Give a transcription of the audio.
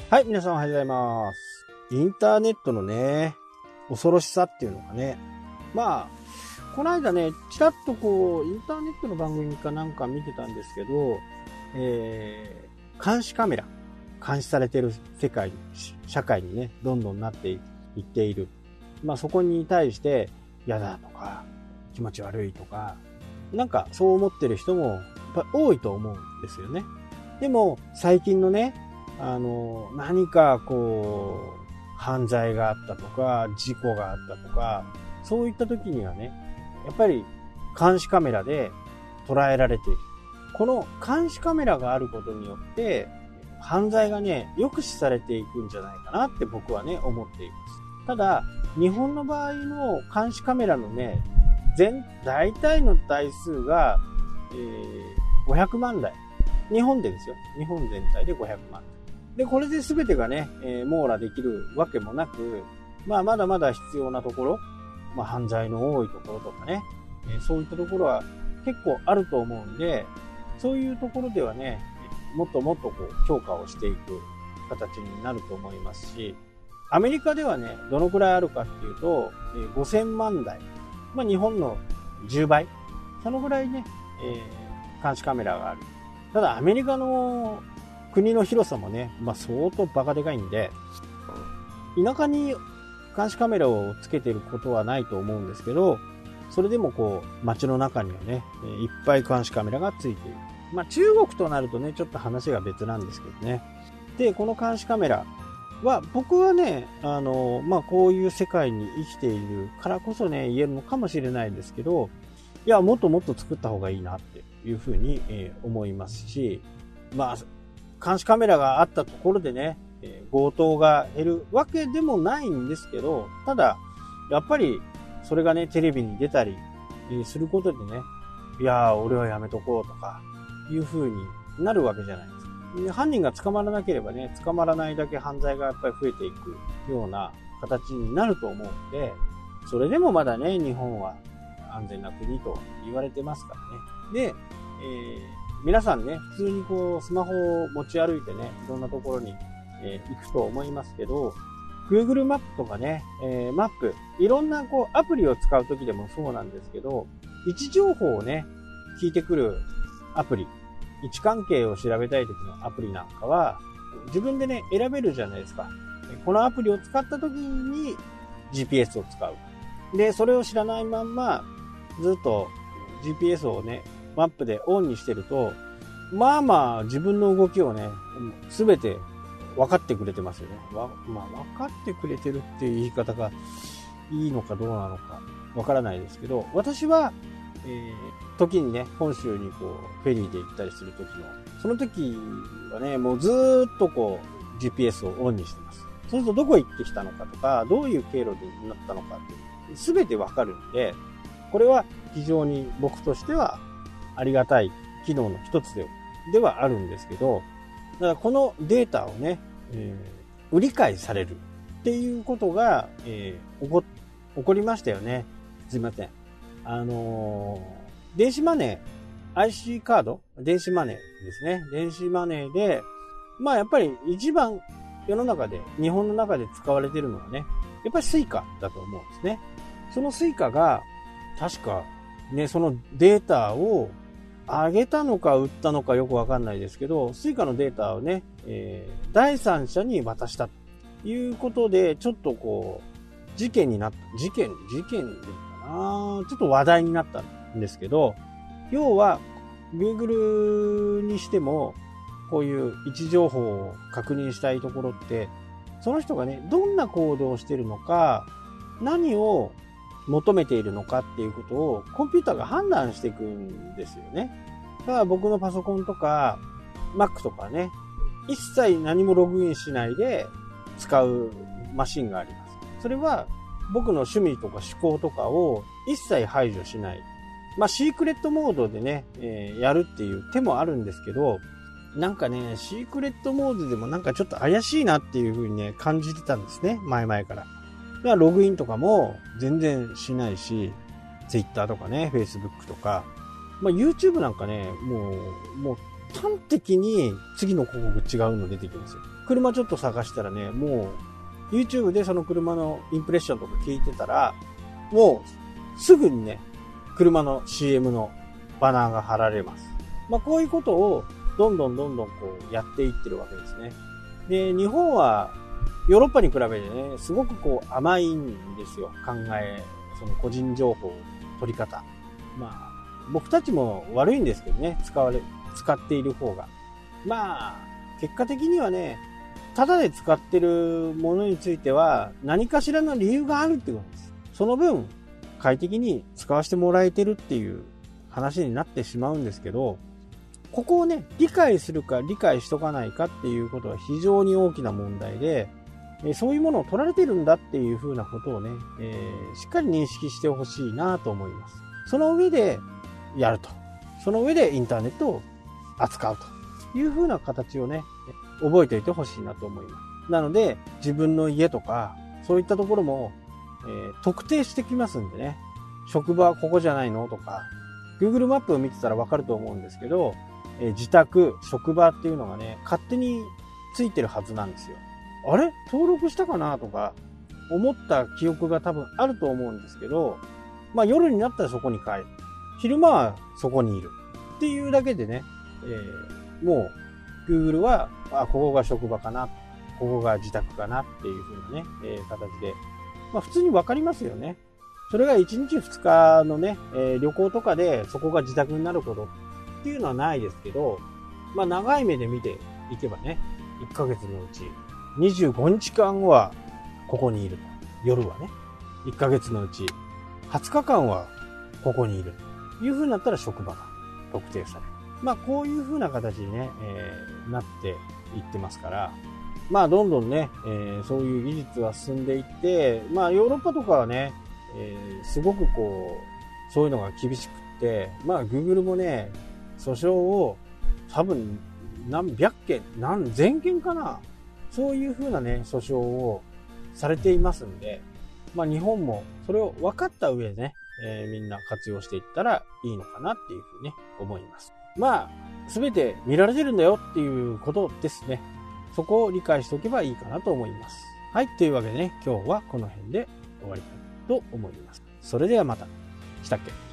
はい、皆さんおはようございます。インターネットのね、恐ろしさっていうのがね、この間ね、ちらっとインターネットの番組かなんか見てたんですけど、監視カメラ、監視されてる社会にね、どんどんなっていっている。そこに対して、嫌だとか、気持ち悪いとか、なんかそう思ってる人も、やっぱ多いと思うんですよね。でも、最近のね、何か犯罪があったとか、事故があったとか、そういった時にはね、やっぱり監視カメラで捉えられている。この監視カメラがあることによって、犯罪がね、抑止されていくんじゃないかなって僕はね、思っています。ただ、日本の場合の監視カメラのね、大体の台数が、500万台。日本でですよ。日本全体で500万台。で、これで全てがね、網羅できるわけもなく、まだまだ必要なところ、犯罪の多いところとかね、そういったところは結構あると思うんで、そういうところではね、もっともっと強化をしていく形になると思いますし、アメリカではね、どのくらいあるかっていうと、5000万台。日本の10倍。そのぐらいね、監視カメラがある。ただアメリカの国の広さもね、相当バカでかいんで、田舎に監視カメラをつけてることはないと思うんですけど、それでも街の中にはね、いっぱい監視カメラがついている。中国となるとね、ちょっと話が別なんですけどね。で、この監視カメラは、僕はね、こういう世界に生きているからこそね、言えるのかもしれないですけど、いや、もっともっと作った方がいいなっていうふうに思いますし、監視カメラがあったところでね、強盗が減るわけでもないんですけど、ただ、やっぱり、それがね、テレビに出たりすることでね、いやー、俺はやめとこうとか、いう風になるわけじゃないですか。で、犯人が捕まらなければね、捕まらないだけ犯罪がやっぱり増えていくような形になると思うんで、それでもまだね、日本は安全な国と言われてますからね。で、皆さんね、普通にスマホを持ち歩いてね、いろんなところに、行くと思いますけど、Google マップとかね、マップ、いろんなアプリを使うときでもそうなんですけど、位置情報をね、聞いてくるアプリ、位置関係を調べたいときのアプリなんかは、自分でね、選べるじゃないですか。このアプリを使ったときに GPS を使う。で、それを知らないまんま、ずっと GPS をね、マップでオンにしてると、自分の動きをね、すべて分かってくれてますよね。分かってくれてるっていう言い方がいいのかどうなのか分からないですけど、私は、時にね、本州にフェリーで行ったりする時の、その時はね、もうずーっとGPS をオンにしてます。そうするとどこ行ってきたのかとか、どういう経路になったのかっていう、すべて分かるんで、これは非常に僕としてはありがたい機能の一つではあるんですけど、だからこのデータをね、売り買いされるっていうことが、起こりましたよね。すいません。電子マネー、IC カード、電子マネーですね。電子マネーで、やっぱり一番世の中で、日本の中で使われているのはね、やっぱりスイカだと思うんですね。そのスイカが、確かね、そのデータを上げたのか売ったのかよくわかんないですけど、スイカのデータをね、第三者に渡したということで、ちょっと事件でいいかな、ちょっと話題になったんですけど、要は Google にしてもこういう位置情報を確認したいところって、その人がね、どんな行動をしているのか、何を求めているのかっていうことをコンピューターが判断していくんですよね。だから僕のパソコンとか Mac とかね、一切何もログインしないで使うマシンがあります。それは僕の趣味とか思考とかを一切排除しない。シークレットモードでね、やるっていう手もあるんですけど、なんかね、シークレットモードでもなんかちょっと怪しいなっていう風にね、感じてたんですね。前々から。だからログインとかも全然しないし、Twitter とかね、Facebook とか、YouTube なんかね、もう端的に次の広告違うの出てきますよ。 車ちょっと探したらね、もう YouTube でその車のインプレッションとか聞いてたら、もうすぐにね、車の CM のバナーが貼られます。こういうことをどんどんこうやっていってるわけですね。で、日本はヨーロッパに比べてね、すごくこう甘いんですよ。その個人情報取り方。僕たちも悪いんですけどね、使っている方が。結果的にはね、ただで使ってるものについては何かしらの理由があるってことです。その分、快適に使わせてもらえてるっていう話になってしまうんですけど、ここをね、理解するか理解しとかないかっていうことは非常に大きな問題で、そういうものを取られてるんだっていうふうなことをね、しっかり認識してほしいなと思います。その上でやると。その上でインターネットを扱うというふうな形をね、覚えておいてほしいなと思います。なので、自分の家とか、そういったところも、特定してきますんでね、職場はここじゃないのとか、Google マップを見てたらわかると思うんですけど、自宅、職場っていうのがね、勝手についてるはずなんですよ。あれ登録したかなとか、思った記憶が多分あると思うんですけど、夜になったらそこに帰る。昼間はそこにいる。っていうだけでね、もう Google は、ここが職場かな、ここが自宅かなっていう風なね、形で、普通にわかりますよね。それが1日2日のね、旅行とかでそこが自宅になることっていうのはないですけど、長い目で見ていけばね、1ヶ月のうち25日間はここにいると。夜はね。1ヶ月のうち20日間はここにいるという風になったら職場が特定される。こういう風な形にね、なっていってますから、どんどんね、そういう技術は進んでいって、ヨーロッパとかはね、すごくこう、そういうのが厳しくって、Google もね、訴訟を多分何百件、何千件かな、そういう風なね、訴訟をされていますんで、日本もそれを分かった上でね、みんな活用していったらいいのかなっていう風にね、思います。すべて見られてるんだよっていうことですね。そこを理解しておけばいいかなと思います。はい、というわけでね、今日はこの辺で終わりたいと思います。それではまた。したっけ？